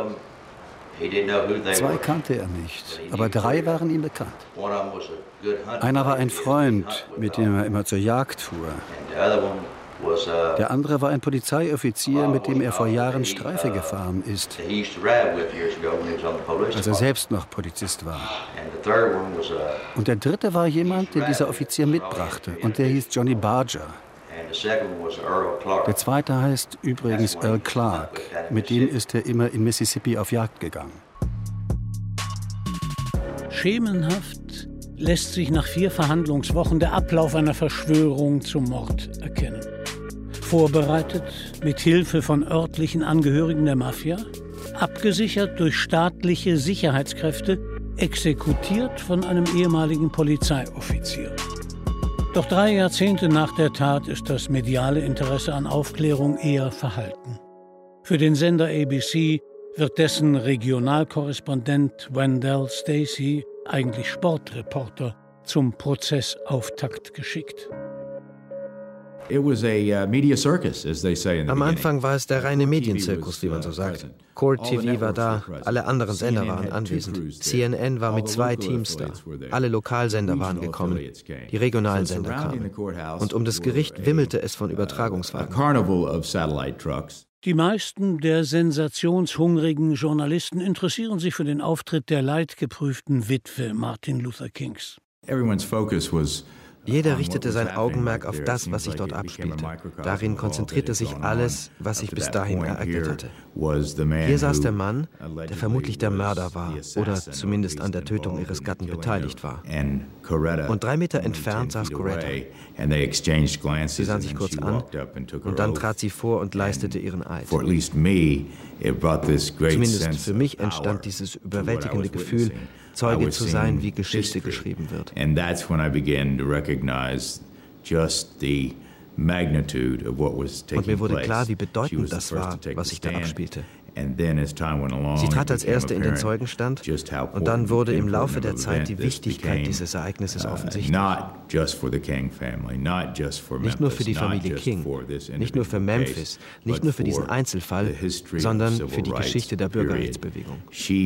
2 kannte er nicht, aber 3 waren ihm bekannt. Einer war ein Freund, mit dem er immer zur Jagd fuhr. Der andere war ein Polizeioffizier, mit dem er vor Jahren Streife gefahren ist, als er selbst noch Polizist war. Und der dritte war jemand, den dieser Offizier mitbrachte, und der hieß Johnny Barger. Der zweite heißt übrigens Earl Clark. Mit dem ist er immer in Mississippi auf Jagd gegangen. Schemenhaft lässt sich nach 4 Verhandlungswochen der Ablauf einer Verschwörung zum Mord erkennen. Vorbereitet mit Hilfe von örtlichen Angehörigen der Mafia, abgesichert durch staatliche Sicherheitskräfte, exekutiert von einem ehemaligen Polizeioffizier. Doch 3 Jahrzehnte nach der Tat ist das mediale Interesse an Aufklärung eher verhalten. Für den Sender ABC wird dessen Regionalkorrespondent Wendell Stacy, eigentlich Sportreporter, zum Prozessauftakt geschickt. Am Anfang war es der reine Medienzirkus, wie man so sagt. Court TV war da, alle anderen Sender waren anwesend. CNN war mit 2 Teams da. Alle Lokalsender waren gekommen, die regionalen Sender kamen. Und um das Gericht wimmelte es von Übertragungswagen. Die meisten der sensationshungrigen Journalisten interessieren sich für den Auftritt der leidgeprüften Witwe Martin Luther Kings. Jeder richtete sein Augenmerk auf das, was sich dort abspielte. Darin konzentrierte sich alles, was sich bis dahin ereignet hatte. Hier saß der Mann, der vermutlich der Mörder war oder zumindest an der Tötung ihres Gatten beteiligt war. Und 3 Meter entfernt saß Coretta. Sie sahen sich kurz an und dann trat sie vor und leistete ihren Eid. Zumindest für mich entstand dieses überwältigende Gefühl, Zeuge zu sein, wie Geschichte geschrieben wird. Und mir wurde klar, wie bedeutend das war, was sich da abspielte. Sie trat als Erste in den Zeugenstand und dann wurde im Laufe der Zeit die Wichtigkeit dieses Ereignisses offensichtlich. Nicht nur für die Familie King, nicht nur für Memphis, nicht nur für diesen Einzelfall, sondern für die Geschichte der Bürgerrechtsbewegung.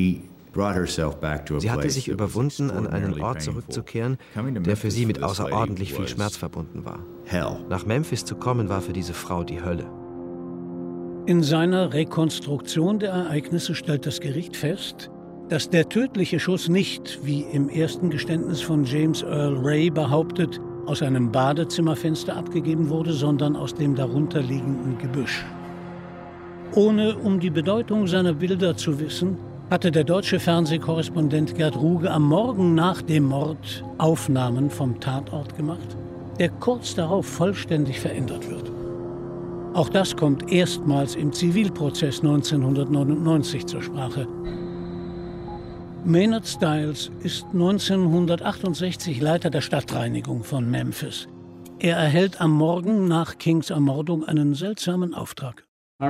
Sie hatte sich überwunden, an einen Ort zurückzukehren, der für sie mit außerordentlich viel Schmerz verbunden war. Nach Memphis zu kommen, war für diese Frau die Hölle. In seiner Rekonstruktion der Ereignisse stellt das Gericht fest, dass der tödliche Schuss nicht, wie im ersten Geständnis von James Earl Ray behauptet, aus einem Badezimmerfenster abgegeben wurde, sondern aus dem darunterliegenden Gebüsch. Ohne um die Bedeutung seiner Bilder zu wissen, hatte der deutsche Fernsehkorrespondent Gerd Ruge am Morgen nach dem Mord Aufnahmen vom Tatort gemacht, der kurz darauf vollständig verändert wird. Auch das kommt erstmals im Zivilprozess 1999 zur Sprache. Maynard Stiles ist 1968 Leiter der Stadtreinigung von Memphis. Er erhält am Morgen nach Kings Ermordung einen seltsamen Auftrag.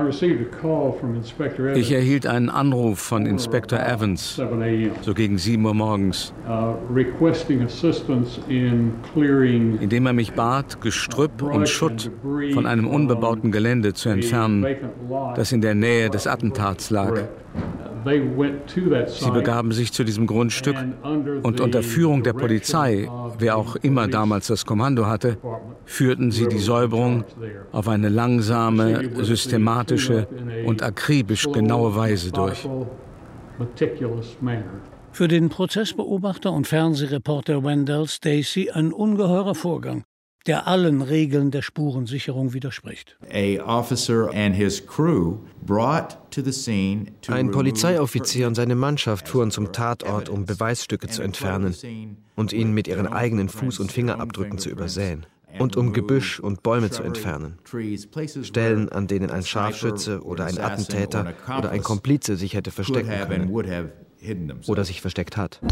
Ich erhielt einen Anruf von Inspektor Evans, so gegen 7 Uhr morgens, indem er mich bat, Gestrüpp und Schutt von einem unbebauten Gelände zu entfernen, das in der Nähe des Attentats lag. Sie begaben sich zu diesem Grundstück und unter Führung der Polizei, wer auch immer damals das Kommando hatte, führten sie die Säuberung auf eine langsame, systematische und akribisch genaue Weise durch. Für den Prozessbeobachter und Fernsehreporter Wendell Stacy ein ungeheurer Vorgang, der allen Regeln der Spurensicherung widerspricht. Ein Polizeioffizier und seine Mannschaft fuhren zum Tatort, um Beweisstücke zu entfernen und ihn mit ihren eigenen Fuß- und Fingerabdrücken zu übersäen und um Gebüsch und Bäume zu entfernen. Stellen, an denen ein Scharfschütze oder ein Attentäter oder ein Komplize sich hätte verstecken können oder sich versteckt hat.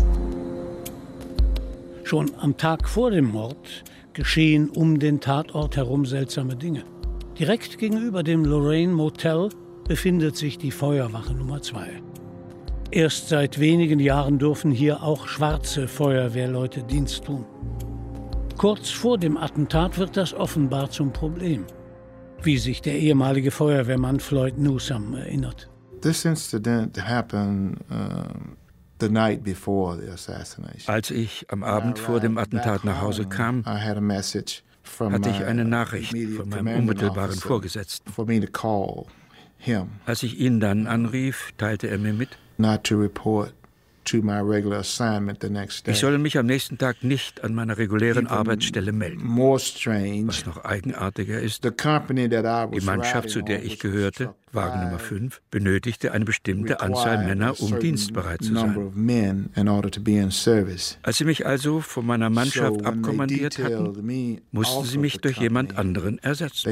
Schon am Tag vor dem Mord geschehen um den Tatort herum seltsame Dinge. Direkt gegenüber dem Lorraine Motel befindet sich die Feuerwache Nummer 2. Erst seit wenigen Jahren dürfen hier auch schwarze Feuerwehrleute Dienst tun. Kurz vor dem Attentat wird das offenbar zum Problem, wie sich der ehemalige Feuerwehrmann Floyd Newsom erinnert. This incident happened Als ich am Abend vor dem Attentat nach Hause kam, hatte ich eine Nachricht von meinem unmittelbaren Vorgesetzten. Als ich ihn dann anrief, teilte er mir mit, ich solle mich am nächsten Tag nicht an meiner regulären Arbeitsstelle melden. Was noch eigenartiger ist, die Mannschaft, zu der ich gehörte, Wagen Nummer 5, benötigte eine bestimmte Anzahl Männer, um dienstbereit zu sein. Als sie mich also von meiner Mannschaft abkommandiert hatten, mussten sie mich durch jemand anderen ersetzen.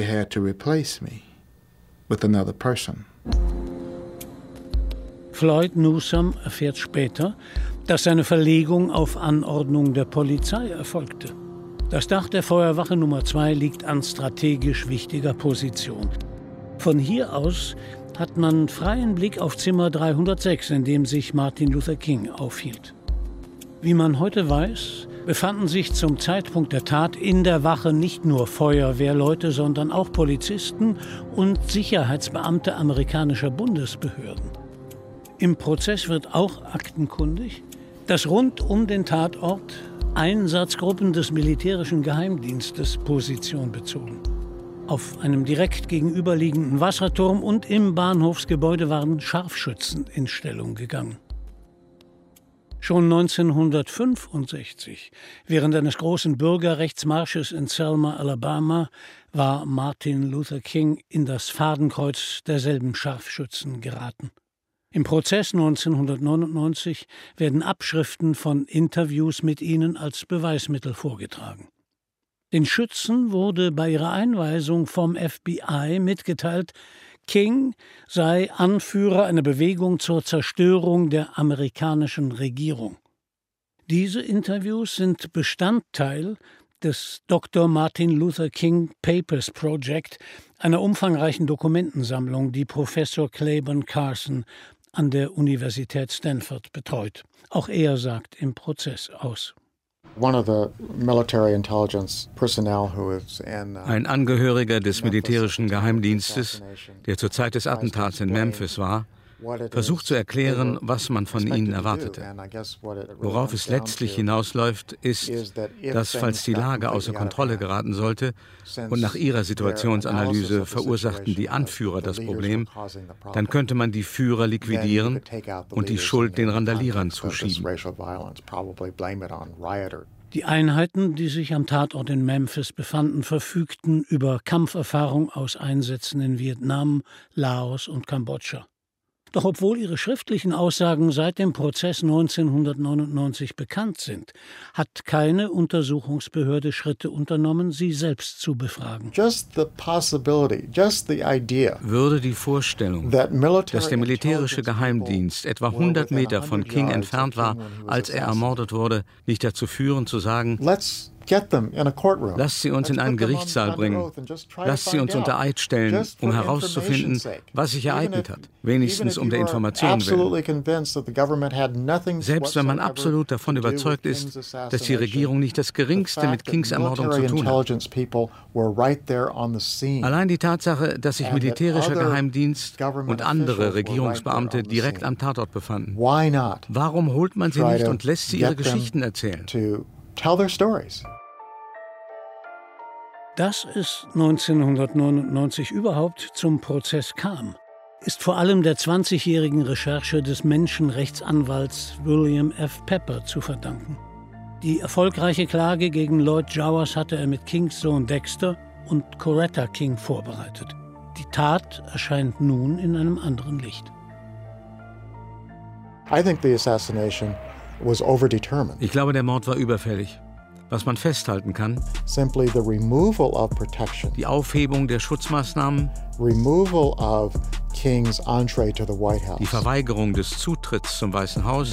Floyd Newsom erfährt später, dass seine Verlegung auf Anordnung der Polizei erfolgte. Das Dach der Feuerwache Nummer 2 liegt an strategisch wichtiger Position. Von hier aus hat man freien Blick auf Zimmer 306, in dem sich Martin Luther King aufhielt. Wie man heute weiß, befanden sich zum Zeitpunkt der Tat in der Wache nicht nur Feuerwehrleute, sondern auch Polizisten und Sicherheitsbeamte amerikanischer Bundesbehörden. Im Prozess wird auch aktenkundig, dass rund um den Tatort Einsatzgruppen des militärischen Geheimdienstes Position bezogen. Auf einem direkt gegenüberliegenden Wasserturm und im Bahnhofsgebäude waren Scharfschützen in Stellung gegangen. Schon 1965, während eines großen Bürgerrechtsmarsches in Selma, Alabama, war Martin Luther King in das Fadenkreuz derselben Scharfschützen geraten. Im Prozess 1999 werden Abschriften von Interviews mit ihnen als Beweismittel vorgetragen. Den Schützen wurde bei ihrer Einweisung vom FBI mitgeteilt, King sei Anführer einer Bewegung zur Zerstörung der amerikanischen Regierung. Diese Interviews sind Bestandteil des Dr. Martin Luther King Papers Project, einer umfangreichen Dokumentensammlung, die Professor Claiborne Carson an der Universität Stanford betreut. Auch er sagt im Prozess aus. Ein Angehöriger des militärischen Geheimdienstes, der zur Zeit des Attentats in Memphis war, versucht zu erklären, was man von ihnen erwartete. Worauf es letztlich hinausläuft, ist, dass, falls die Lage außer Kontrolle geraten sollte und nach ihrer Situationsanalyse verursachten die Anführer das Problem, dann könnte man die Führer liquidieren und die Schuld den Randalierern zuschieben. Die Einheiten, die sich am Tatort in Memphis befanden, verfügten über Kampferfahrung aus Einsätzen in Vietnam, Laos und Kambodscha. Doch obwohl ihre schriftlichen Aussagen seit dem Prozess 1999 bekannt sind, hat keine Untersuchungsbehörde Schritte unternommen, sie selbst zu befragen. Würde die Vorstellung, dass der militärische Geheimdienst etwa 100 Meter von King entfernt war, als er ermordet wurde, nicht dazu führen, zu sagen, Lasst sie uns in einen Gerichtssaal bringen. Lasst sie uns unter Eid stellen, um herauszufinden, was sich ereignet hat. Wenigstens um der Information willen. Selbst wenn man absolut davon überzeugt ist, dass die Regierung nicht das Geringste mit Kings Ermordung zu tun hat. Allein die Tatsache, dass sich militärischer Geheimdienst und andere Regierungsbeamte direkt am Tatort befanden. Warum holt man sie nicht und lässt sie ihre Geschichten erzählen? Dass es 1999 überhaupt zum Prozess kam, ist vor allem der 20-jährigen Recherche des Menschenrechtsanwalts William F. Pepper zu verdanken. Die erfolgreiche Klage gegen Lloyd Jowers hatte er mit Kings Sohn Dexter und Coretta King vorbereitet. Die Tat erscheint nun in einem anderen Licht. Ich glaube, der Mord war überfällig. Was man festhalten kann, die Aufhebung der Schutzmaßnahmen, die Verweigerung des Zutritts zum Weißen Haus,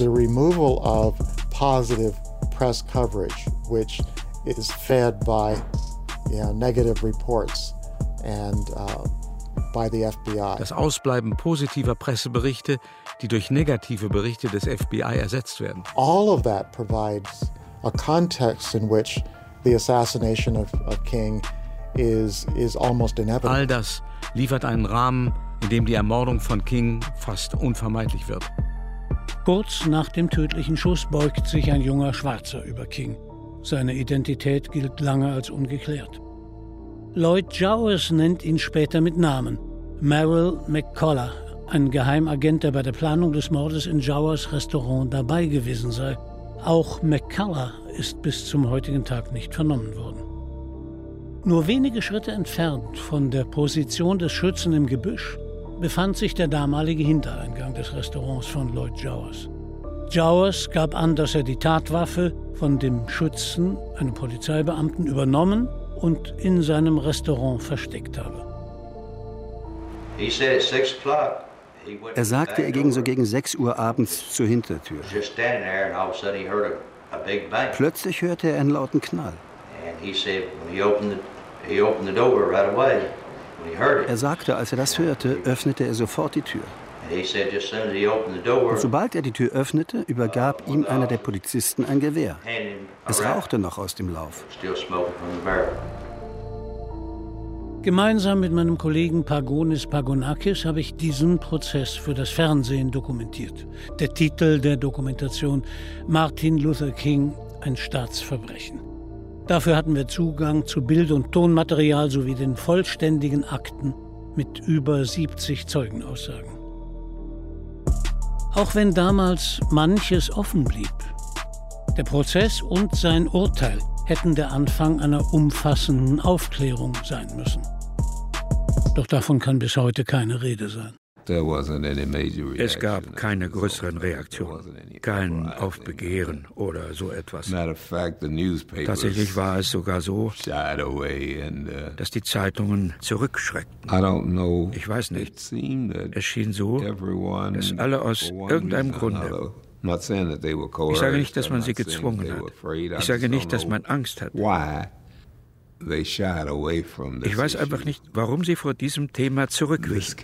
press coverage, which is fed by negative reports and by the FBI. Das Ausbleiben positiver Presseberichte, die durch negative Berichte des FBI ersetzt werden. All of that provides a context in which the assassination of King is almost inevitable. All das liefert einen Rahmen, in dem die Ermordung von King fast unvermeidlich wird. Kurz nach dem tödlichen Schuss beugt sich ein junger Schwarzer über King. Seine Identität gilt lange als ungeklärt. Lloyd Jowers nennt ihn später mit Namen. Merrill McCullough, ein Geheimagent, der bei der Planung des Mordes in Jowers Restaurant dabei gewesen sei. Auch McCullough ist bis zum heutigen Tag nicht vernommen worden. Nur wenige Schritte entfernt von der Position des Schützen im Gebüsch befand sich der damalige Hintereingang des Restaurants von Lloyd Jowers. Jowers gab an, dass er die Tatwaffe von dem Schützen, einem Polizeibeamten, übernommen und in seinem Restaurant versteckt habe. Er sagte, er ging so gegen 6 Uhr abends zur Hintertür. Plötzlich hörte er einen lauten Knall. Er sagte, als er das hörte, öffnete er sofort die Tür. Und sobald er die Tür öffnete, übergab ihm einer der Polizisten ein Gewehr. Es rauchte noch aus dem Lauf. Gemeinsam mit meinem Kollegen Pagonis Pagonakis habe ich diesen Prozess für das Fernsehen dokumentiert. Der Titel der Dokumentation: Martin Luther King, ein Staatsverbrechen. Dafür hatten wir Zugang zu Bild- und Tonmaterial sowie den vollständigen Akten mit über 70 Zeugenaussagen. Auch wenn damals manches offen blieb, der Prozess und sein Urteil hätten der Anfang einer umfassenden Aufklärung sein müssen. Doch davon kann bis heute keine Rede sein. Es gab keine größeren Reaktionen, kein Aufbegehren oder so etwas. Tatsächlich war es sogar so, dass die Zeitungen zurückschreckten. Ich weiß nicht, es schien so, dass alle aus irgendeinem Grunde. Ich sage nicht, dass man sie gezwungen hat. Ich sage nicht, dass man Angst hat. Ich weiß einfach nicht, warum sie vor diesem Thema zurückwichen.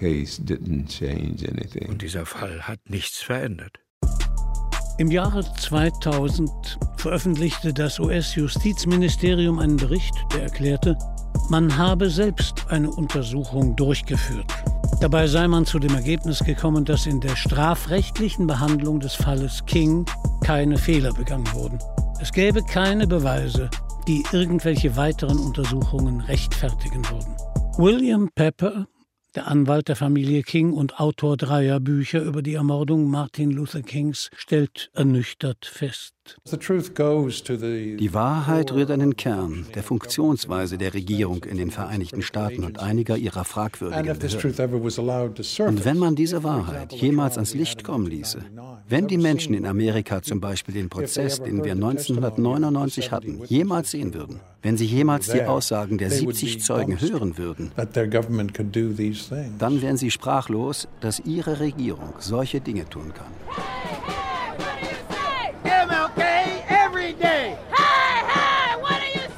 Und dieser Fall hat nichts verändert. Im Jahre 2000 veröffentlichte das US-Justizministerium einen Bericht, der erklärte, man habe selbst eine Untersuchung durchgeführt. Dabei sei man zu dem Ergebnis gekommen, dass in der strafrechtlichen Behandlung des Falles King keine Fehler begangen wurden. Es gäbe keine Beweise, die irgendwelche weiteren Untersuchungen rechtfertigen würden. William Pepper, der Anwalt der Familie King und Autor 3 Bücher über die Ermordung Martin Luther Kings, stellt ernüchtert fest: Die Wahrheit rührt an den Kern der Funktionsweise der Regierung in den Vereinigten Staaten und einiger ihrer fragwürdigen Behörden. Und wenn man diese Wahrheit jemals ans Licht kommen ließe, wenn die Menschen in Amerika zum Beispiel den Prozess, den wir 1999 hatten, jemals sehen würden, wenn sie jemals die Aussagen der 70 Zeugen hören würden, dann wären sie sprachlos, dass ihre Regierung solche Dinge tun kann. MLK every day. Hey, hey, what do you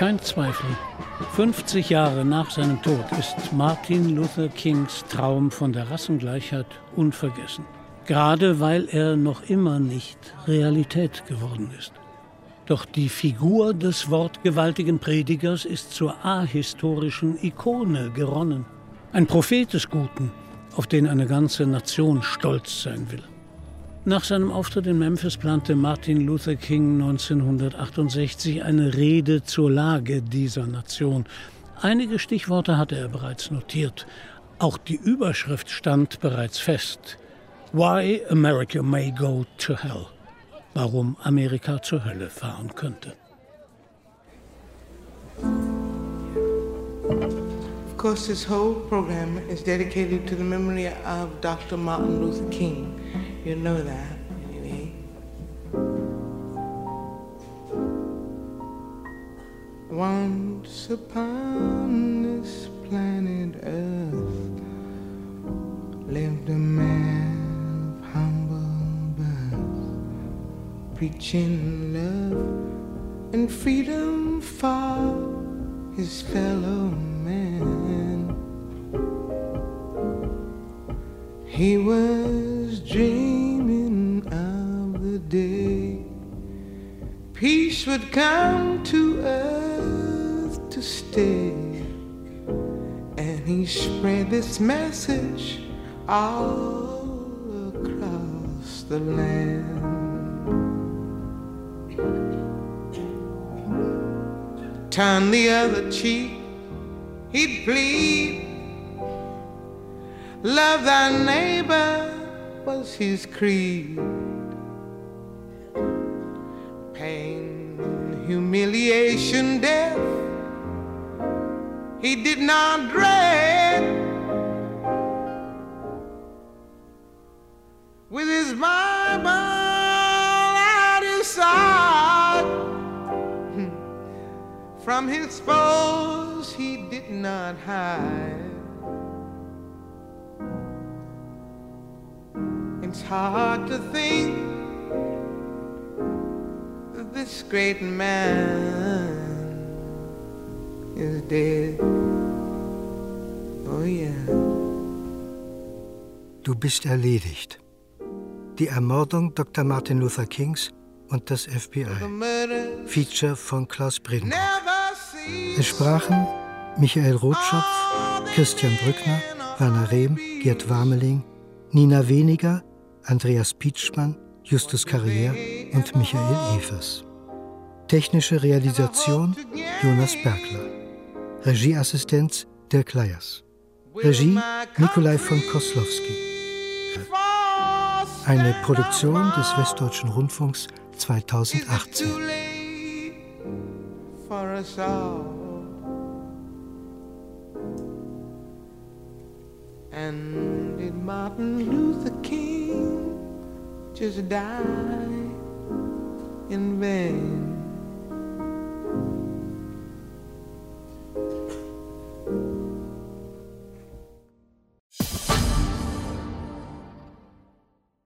Kein Zweifel. 50 Jahre nach seinem Tod ist Martin Luther Kings Traum von der Rassengleichheit unvergessen. Gerade weil er noch immer nicht Realität geworden ist. Doch die Figur des wortgewaltigen Predigers ist zur ahistorischen Ikone geronnen. Ein Prophet des Guten, auf den eine ganze Nation stolz sein will. Nach seinem Auftritt in Memphis plante Martin Luther King 1968 eine Rede zur Lage dieser Nation. Einige Stichworte hatte er bereits notiert. Auch die Überschrift stand bereits fest. Why America may go to hell. Warum Amerika zur Hölle fahren könnte. Of course, this whole program is dedicated to the memory of Dr. Martin Luther King. You know that, anyway. Once upon this planet Earth lived a man of humble birth, preaching love and freedom for his fellow man. He was dreaming of the day peace would come to earth to stay, and he spread this message all across the land. Turn the other cheek, he'd plead. Love thy neighbor was his creed. Pain, humiliation, death, he did not dread. With his Bible at his side, from his foes he did not hide. It's hard to think that this great man is dead. Oh yeah. Du bist erledigt. Die Ermordung Dr. Martin Luther Kings und das FBI. Feature von Klaus Bredenburg. Es sprachen Michael Rotschopf, Christian Brückner, Werner Rehm, Gerd Warmeling, Nina Weniger, Andreas Pietschmann, Justus Carrière und Michael Evers. Technische Realisation Jonas Bergler. Regieassistenz Dirk Leyers. Regie Nikolai von Koslowski. Eine Produktion des Westdeutschen Rundfunks 2018. And did Martin Luther King just die in vain?